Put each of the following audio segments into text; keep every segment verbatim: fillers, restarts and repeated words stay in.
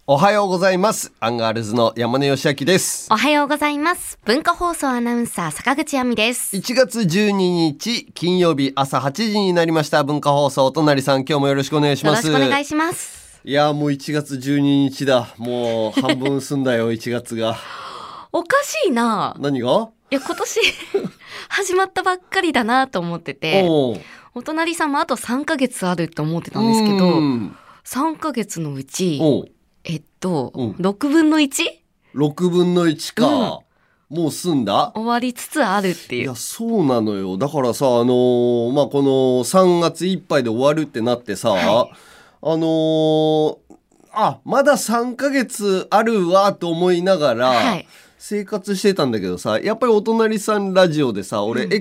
おはようございます。アンガールズの山根義明です。 おはようございます。文化放送アナウンサー坂口亜美です。 いちがつじゅうににち金曜日朝はちじになりました。文化放送隣さん、今日もよろしくお願いします。 よろしくお願いします。 いやもういちがつじゅうににちだ。もう半分済んだよいちがつがおかしいな。 何が？ いや今年始まったばっかりだなと思ってて、お, お隣さんもあとさんかげつあると思ってたんですけど、さんかげつのうちえっと、うん、ろくぶんの いち? ろくぶんのいちか、うん、もう済んだ？ 終わりつつあるっていう。 いやそうなのよ。だからさ、あのー、まあこのさんがついっぱいで終わるってなってさ、はい、あのー、あまださんかげつあるわと思いながら、はい、生活してたんだけどさ、やっぱりお隣さんラジオでさ、俺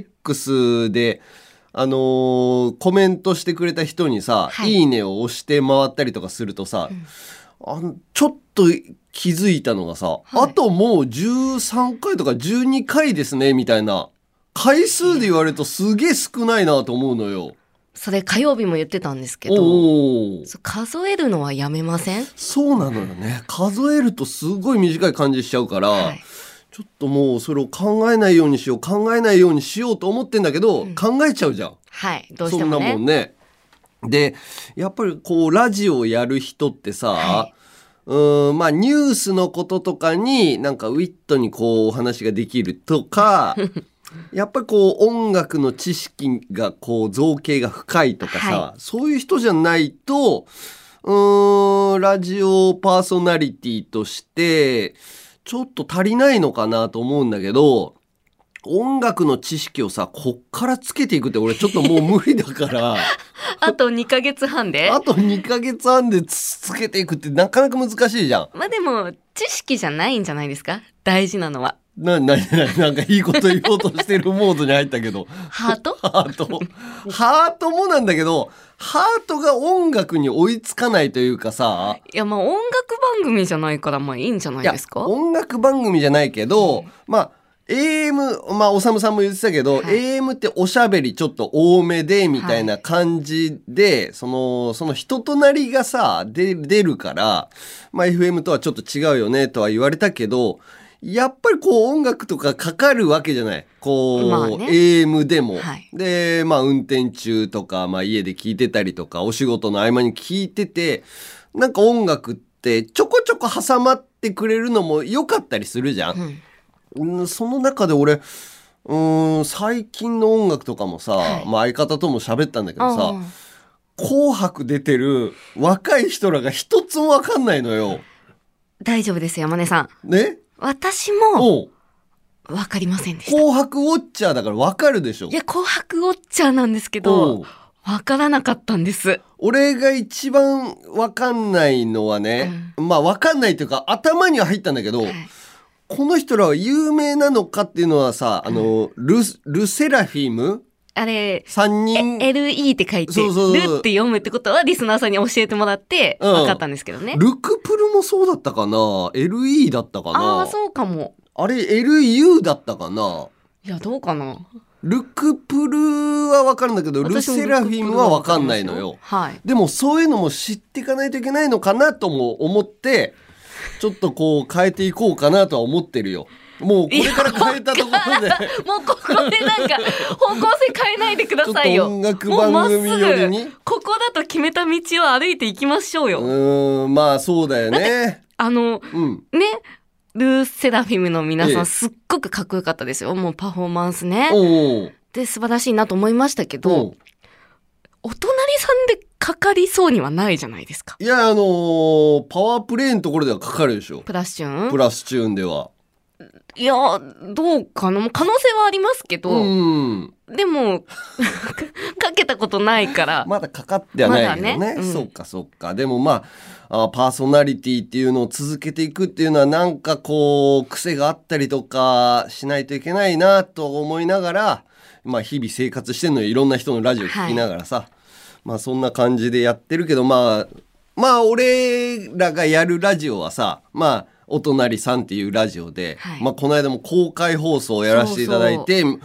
X で、うん、あのー、コメントしてくれた人にさ、はい、いいねを押して回ったりとかするとさ、うん、あのちょっと気づいたのがさ、はい、あともうじゅうさんかいとかじゅうにかいですねみたいな回数で言われるとすげえ少ないなと思うのよ。 それ火曜日も言ってたんですけど、数えるのはやめません？ そうなのよね。数えるとすごい短い感じしちゃうから、はい、ちょっともうそれを考えないようにしよう考えないようにしようと思ってんだけど、うん、考えちゃうじゃん。 はいどうしてもね。 そんなもんね。でやっぱりこうラジオをやる人ってさ、はい、うーんまあニュースのこととかになんかウィットにこうお話ができるとかやっぱりこう音楽の知識がこう造形が深いとかさ、はい、そういう人じゃないとうーんラジオパーソナリティとしてちょっと足りないのかなと思うんだけど、音楽の知識をさこっからつけていくって俺ちょっともう無理だからあとにかげつはんであとにかげつはんで つ, つけていくってなかなか難しいじゃん。 まあでも知識じゃないんじゃないですか、大事なのは。 ななななんかいいこと言おうとしてるモードに入ったけどハートハートハートもなんだけど、ハートが音楽に追いつかないというかさ。 いやまあ音楽番組じゃないからまあいいんじゃないですか。 いや音楽番組じゃないけど、うん、まあエーエム、まあ、おさむさんも言ってたけど、はい、エーエム っておしゃべりちょっと多めでみたいな感じで、はい、その、その人となりがさ、で出るから、まあ、エフエム とはちょっと違うよねとは言われたけど、やっぱりこう音楽とかかかるわけじゃない。こう、まあね、エーエム でも。はい、で、まあ、運転中とか、まあ、家で聞いてたりとか、お仕事の合間に聞いてて、なんか音楽ってちょこちょこ挟まってくれるのも良かったりするじゃん。うんうん、その中で俺うーん最近の音楽とかもさ、はい、まあ、相方とも喋ったんだけどさ、紅白出てる若い人らが一つも分かんないのよ。 大丈夫です山根さんね。 私も分かりませんでした。 紅白ウォッチャーだから分かるでしょ。 いや紅白ウォッチャーなんですけど分からなかったんです。 俺が一番分かんないのはね、うん、まあ分かんないというか頭には入ったんだけど、はい、この人らは有名なのかっていうのはさ、あの、うん、ル, ルセラフィムあれさんにんエルイー って書いてそうそうそうルって読むってことはリスナーさんに教えてもらって分かったんですけどね、 うん、ルクプルもそうだったかな エルイー だったかな。 ああそうかも。 あれ エルユー だったかな。 いやどうかな。 ルクプルは分かるんだけどルセラフィムは分かんないのよ、はい、でもそういうのも知っていかないといけないのかなとも思ってちょっとこう変えていこうかなとは思ってるよ。もうこれから変えたところでもうここでなんか方向性変えないでくださいよ。 ちょっと音楽番組よりにここだと決めた道を歩いていきましょうよ。 うーんまあそうだよね。 あの、うん、ねルセラフィムの皆さん、ええ、すっごくかっこよかったですよ。もうパフォーマンスねで素晴らしいなと思いましたけど、お隣さんでかかりそうにはないじゃないですか。 いやあのー、パワープレイのところではかかるでしょ。 プラスチューンプラスチューンでは。 いやどうかな、可能性はありますけど、うん、でもかけたことないからまだかかってはないけどね、まだね、うん、そうかそうか。でもまあ、あパーソナリティっていうのを続けていくっていうのはなんかこう癖があったりとかしないといけないなと思いながら、まあ、日々生活してるのよ。いろんな人のラジオ聞きながらさ、はい、まあそんな感じでやってるけど、まあまあ俺らがやるラジオはさ、まあお隣さんっていうラジオで、はい、まあこの間も公開放送をやらせていただいて、そうそう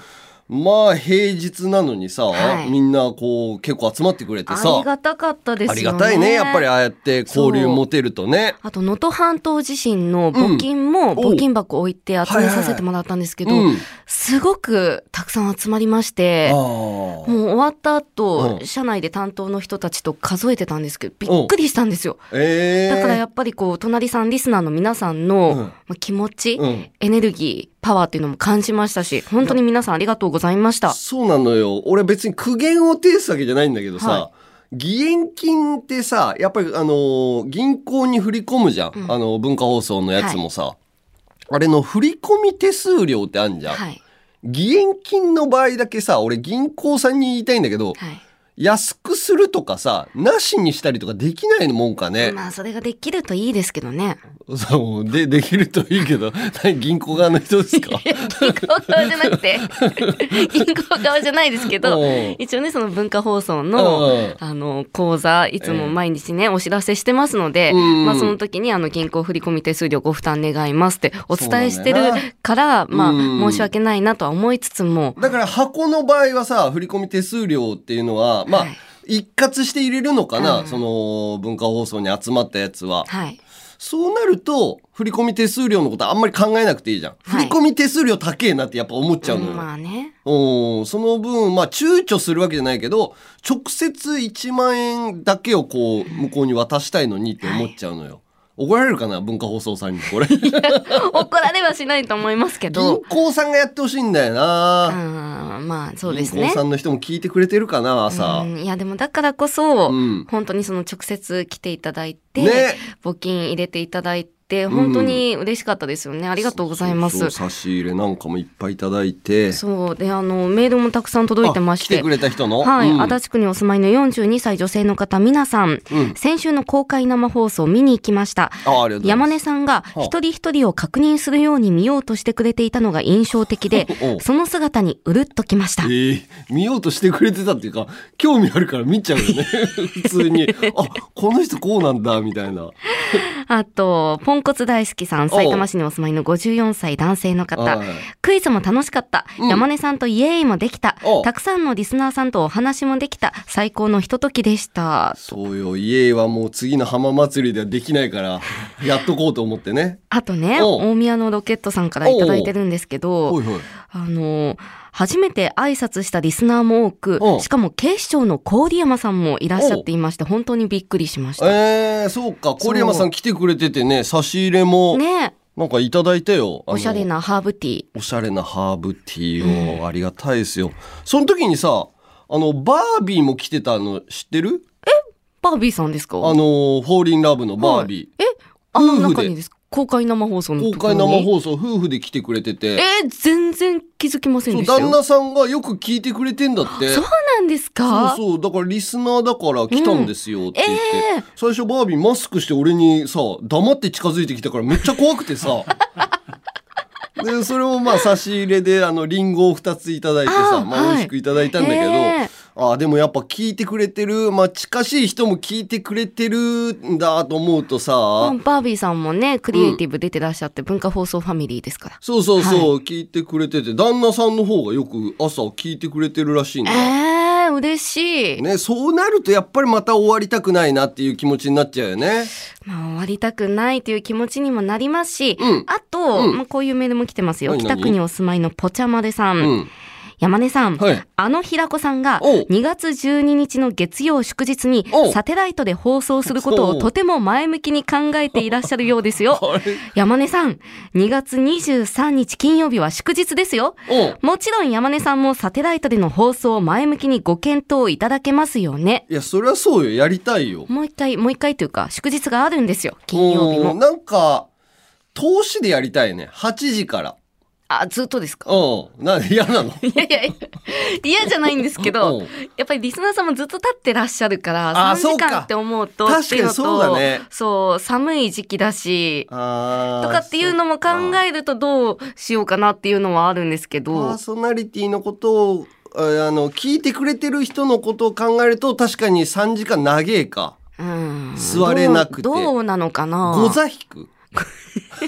まあ平日なのにさ、 はい、 みんなこう結構集まってくれてさ、 ありがたかったですよね。 ありがたいね、やっぱりああやって交流持てるとね。 あと能登半島地震の募金も募金箱置いて集めさせてもらったんですけど、はいはいはい、すごくたくさん集まりまして、もう終わった後、うん、社内で担当の人たちと数えてたんですけどびっくりしたんですよ、えー、だからやっぱりこう隣さんリスナーの皆さんの気持ち、うん、エネルギーパワーっていうのも感じましたし、本当に皆さんありがとうございました。 そうなのよ。俺別に苦言を呈すわけじゃないんだけどさ、はい、義援金ってさ、やっぱりあの銀行に振り込むじゃん、うん、あの文化放送のやつもさ、はい、あれの振り込み手数料ってあんじゃん、はい、義援金の場合だけさ、俺銀行さんに言いたいんだけど、はい、安くするとかさ、なしにしたりとかできないのもんかね。 まあそれができるといいですけどね。 そうでできるといいけど、銀行側の人ですか？ 銀行側じゃなくて銀行側じゃないですけど、一応ねその文化放送のあの口座いつも毎日ねお知らせしてますので、まあその時にあの銀行振込手数料ご負担願いますってお伝えしてるから、まあ申し訳ないなとは思いつつも、 だから箱の場合はさ、振込手数料っていうのはまあ、はい、一括して入れるのかな、うん、その文化放送に集まったやつは、はい、そうなると振込手数料のことあんまり考えなくていいじゃん、はい、振込手数料高えなってやっぱ思っちゃうのよ、 うん、まあね、 うん、その分まあ躊躇するわけじゃないけど直接いちまんえんだけをこう向こうに渡したいのにって思っちゃうのよ、はい、怒られるかな文化放送さんにこれ怒られはしないと思いますけど、 銀行さんがやってほしいんだよな。 あ、まあそうですね、 銀行さんの人も聞いてくれてるかな朝。 うん、いやでもだからこそ、うん、本当にその直接来ていただいて、ね、募金入れていただいて本当に嬉しかったですよね、うん、ありがとうございます。 そうそう、差し入れなんかもいっぱいいただいて、 そうで、あのメールもたくさん届いてまして、 来てくれた人の、 はい、 うん、 足立区にお住まいのよんじゅうにさい女性の方皆さん、うん、先週の公開生放送を見に行きました。あ、山根さんが一人一人を確認するように見ようとしてくれていたのが印象的でその姿にうるっときました。えー、見ようとしてくれてたっていうか興味あるから見ちゃうよね普通にあ、この人こうなんだみたいなあとポンコツ大好きさん、埼玉市にお住まいのごじゅうよんさい男性の方、クイズも楽しかった、うん、山根さんとイエーイもできた、たくさんのリスナーさんとお話もできた、最高のひとときでした。 そうよ、イエーイはもう次の浜祭りではできないからやっとこうと思ってね。 あとね、大宮のロケットさんからいただいてるんですけど、おいおい、あの初めて挨拶したリスナーも多く、しかも警視庁の郡山さんもいらっしゃっていまして本当にびっくりしました。 えー、そうか、郡山さん来てくれててね、差し入れもねなんかいただいたよ。 おしゃれなハーブティー、 おしゃれなハーブティーを、うん、ありがたいですよ。その時にさ、あのバービーも来てたの知ってる？ え、バービーさんですか？ あのフォーリンラブのバービー、 はい、え、あの中にですか？公開生放送の公開生放送夫婦で来てくれてて、 えー、全然気づきませんでしたよ。 そう、旦那さんがよく聞いてくれてんだって。 そうなんですか？ そうそう、だからリスナーだから来たんですよって言って、うんえー、最初バービーマスクして俺にさ黙って近づいてきたからめっちゃ怖くてさでそれをまあ差し入れであのリンゴをふたついただいてさ、あ、まあ、美味しくいただいたんだけど、えー、あでもやっぱ聞いてくれてる、まあ、近しい人も聞いてくれてるんだと思うとさ、 バービーさんもねクリエイティブ出てらっしゃって、うん、文化放送ファミリーですから、 そうそうそう、はい、聞いてくれてて、旦那さんの方がよく朝聞いてくれてるらしいんだ。 えー、嬉しい、 ね、そうなるとやっぱりまた終わりたくないなっていう気持ちになっちゃうよね。 まあ、終わりたくないという気持ちにもなりますし、うん、あと、うん、まあ、こういうメールも来てますよ。北区にお住まいのぽちゃまでさん、うん、山根さん、はい、あの平子さんがにがつじゅうににちの月曜祝日にサテライトで放送することをとても前向きに考えていらっしゃるようですよ山根さん、にがつにじゅうさんにち金曜日は祝日ですよ。もちろん山根さんもサテライトでの放送を前向きにご検討いただけますよね。 いや、それはそうよ、やりたいよ。 もう一回もう一回というか祝日があるんですよ、金曜日も。 なんか投資でやりたいね、はちじから。 あ、ずっとですか？ うん。な、嫌なの？ いやいやいや、嫌じゃないんですけど、やっぱりリスナーさんもずっと立ってらっしゃるから、さんじかんって思うと、 確かにそうだね。 そう、寒い時期だし、あとかっていうのも考えるとどうしようかなっていうのはあるんですけど。 パーソナリティのことを、あの、聞いてくれてる人のことを考えると、確かにさんじかん長えか。うん。座れなくて。 どう、どうなのかな？ ご座引く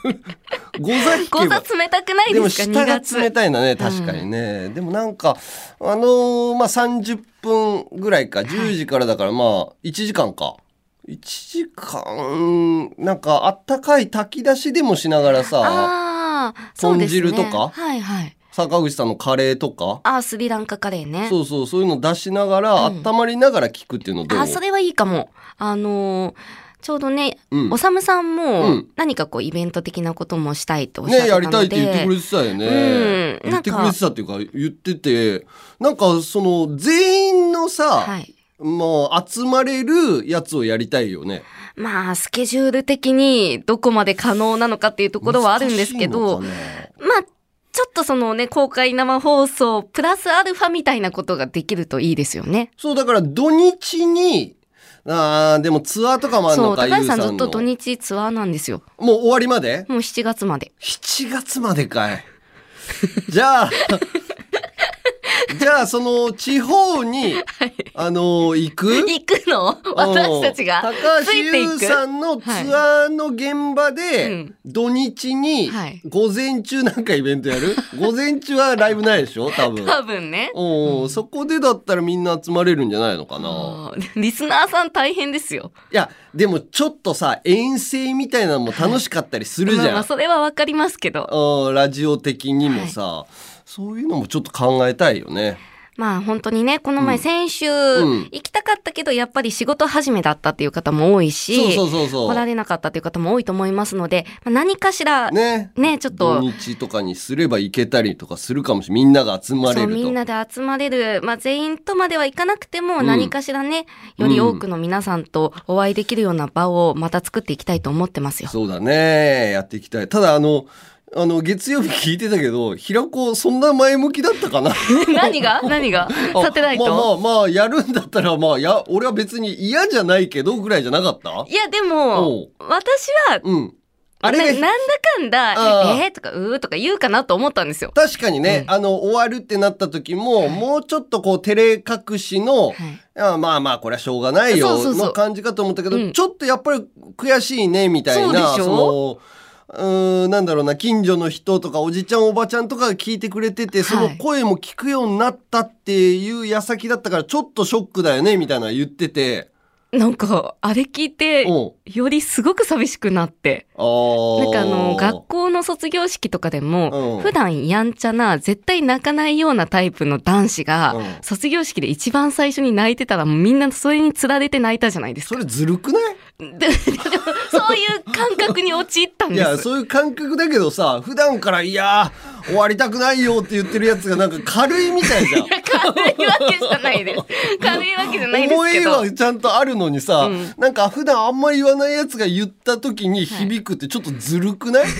ござ引けばござ冷たくないですか？ でも下が冷たいんだね、確かにね、うん、でもなんかあのー、まあさんじゅっぷんぐらいか、じゅうじからだからまあいちじかんか、いちじかんなんかあったかい炊き出しでもしながらさ、 あそうですね、 豚汁とか、 はいはい、 坂口さんのカレーとか、 あスリランカカレーね、 そうそう、そういうの出しながら、うん、温まりながら聞くっていうのどう？ あそれはいいかも。あのーちょうどね、 うん、 おさむさんも何かこうイベント的なこともしたいとおっしゃってたので、 ね、やりたいって言ってくれてたよね、うん、言ってくれてたっていうか言ってて、なんかその全員のさ、はい、もう集まれるやつをやりたいよね。 まあスケジュール的にどこまで可能なのかっていうところはあるんですけど、まあちょっとそのね、公開生放送プラスアルファみたいなことができるといいですよね。 そうだから土日に、あーでもツアーとかもあるのか。 そう、高橋さんずっと土日ツアーなんですよ。 もう終わりまで？ もうしちがつまで。 しちがつまでかい。じゃあじゃあその地方に、はい、あの行く行くの私たちが高橋優さんのツアーの現場で、はい、土日に午前中なんかイベントやる、はい、午前中はライブないでしょ多分。 多分ね、 うん、そこでだったらみんな集まれるんじゃないのかな。 リスナーさん大変ですよ。 いやでもちょっとさ遠征みたいなのも楽しかったりするじゃん、はい、 まあまあそれはわかりますけど、 ラジオ的にもさ、はい、そういうのもちょっと考えたいよね。 まあ本当にね、この前先週、うん、行きたかったけどやっぱり仕事始めだったっていう方も多いし、 そうそうそうそう、 来られなかったっていう方も多いと思いますので、まあ、何かしらね、ねちょっと土日とかにすれば行けたりとかするかもしれない。みんなが集まれると。 そうみんなで集まれる、まあ、全員とまではいかなくても何かしらね、うん、より多くの皆さんとお会いできるような場をまた作っていきたいと思ってますよ。 そうだね、やっていきたい。ただあのあの月曜日聞いてたけど、平子そんな前向きだったかな。 何が何がサテライト、 まあまあまあやるんだったら、まあや俺は別に嫌じゃないけどぐらいじゃなかった？ いやでも私は、うん、あれな, なんだかんだえーとかうーとか言うかなと思ったんですよ。 確かにね、うん、あの終わるってなった時も、はい、もうちょっとこう照れ隠しの、はい、いやまあまあこれはしょうがないよの感じかと思ったけど、うん、ちょっとやっぱり悔しいねみたいな、 そうでしょ？ そのうーんなんだろうな、近所の人とかおじちゃんおばちゃんとかが聞いてくれてて、その声も聞くようになったっていう矢先だったからちょっとショックだよねみたいな言ってて、 なんかあれ聞いてよりすごく寂しくなって、なんかあの学校の卒業式とかでも普段やんちゃな絶対泣かないようなタイプの男子が卒業式で一番最初に泣いてたら、もうみんなそれにつられて泣いたじゃないですか。 それずるくない？ でそういう感覚に陥ったんです。 いやそういう感覚だけどさ、普段からいや終わりたくないよって言ってるやつがなんか軽いみたいじゃん。 いや軽いわけじゃないです。軽いわけじゃないですけど、 思いはちゃんとあるのにさ、うん、なんか普段あんまり言わないやつが言った時に響くってちょっとずるくない？はい、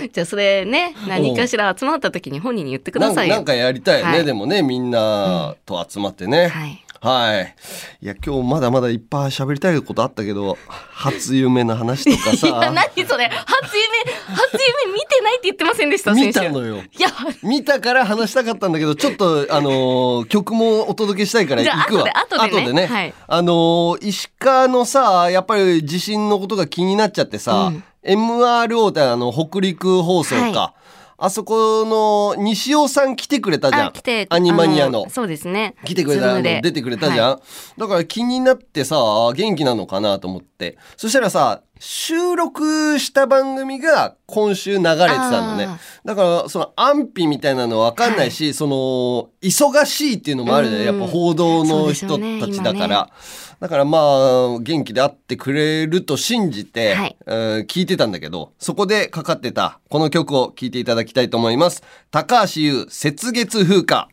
じゃあそれね、何かしら集まった時に本人に言ってくださいよ。 な, なんかやりたいね、はい、でもねみんなと集まってね、うん、はいはい。いや今日まだまだいっぱい喋りたいことあったけど、初夢の話とかさ。 いや何それ、初夢初夢見てないって言ってませんでした？ 見たのよ。いや見たから話したかったんだけど、ちょっとあのー、曲もお届けしたいから行くわ。 じゃあ後で後でね。後でね、はい、 あのー、石川のさやっぱり地震のことが気になっちゃってさ、うん、エムアールオー ってあの北陸放送か。はい、あそこの西尾さん来てくれたじゃん。 来てアニマニアの。 そうですね。 来てくれた、あの出てくれたじゃん、はい。だから気になってさ、元気なのかなと思って。そしたらさ、収録した番組が今週流れてたのね。だからその安否みたいなの分かんないし、はい、その忙しいっていうのもあるね。やっぱ報道の人たちだから。だからまあ元気で会ってくれると信じて、はい、えー、聞いてたんだけど、そこでかかってたこの曲を聴いていただきたいと思います。高橋優雪月風花。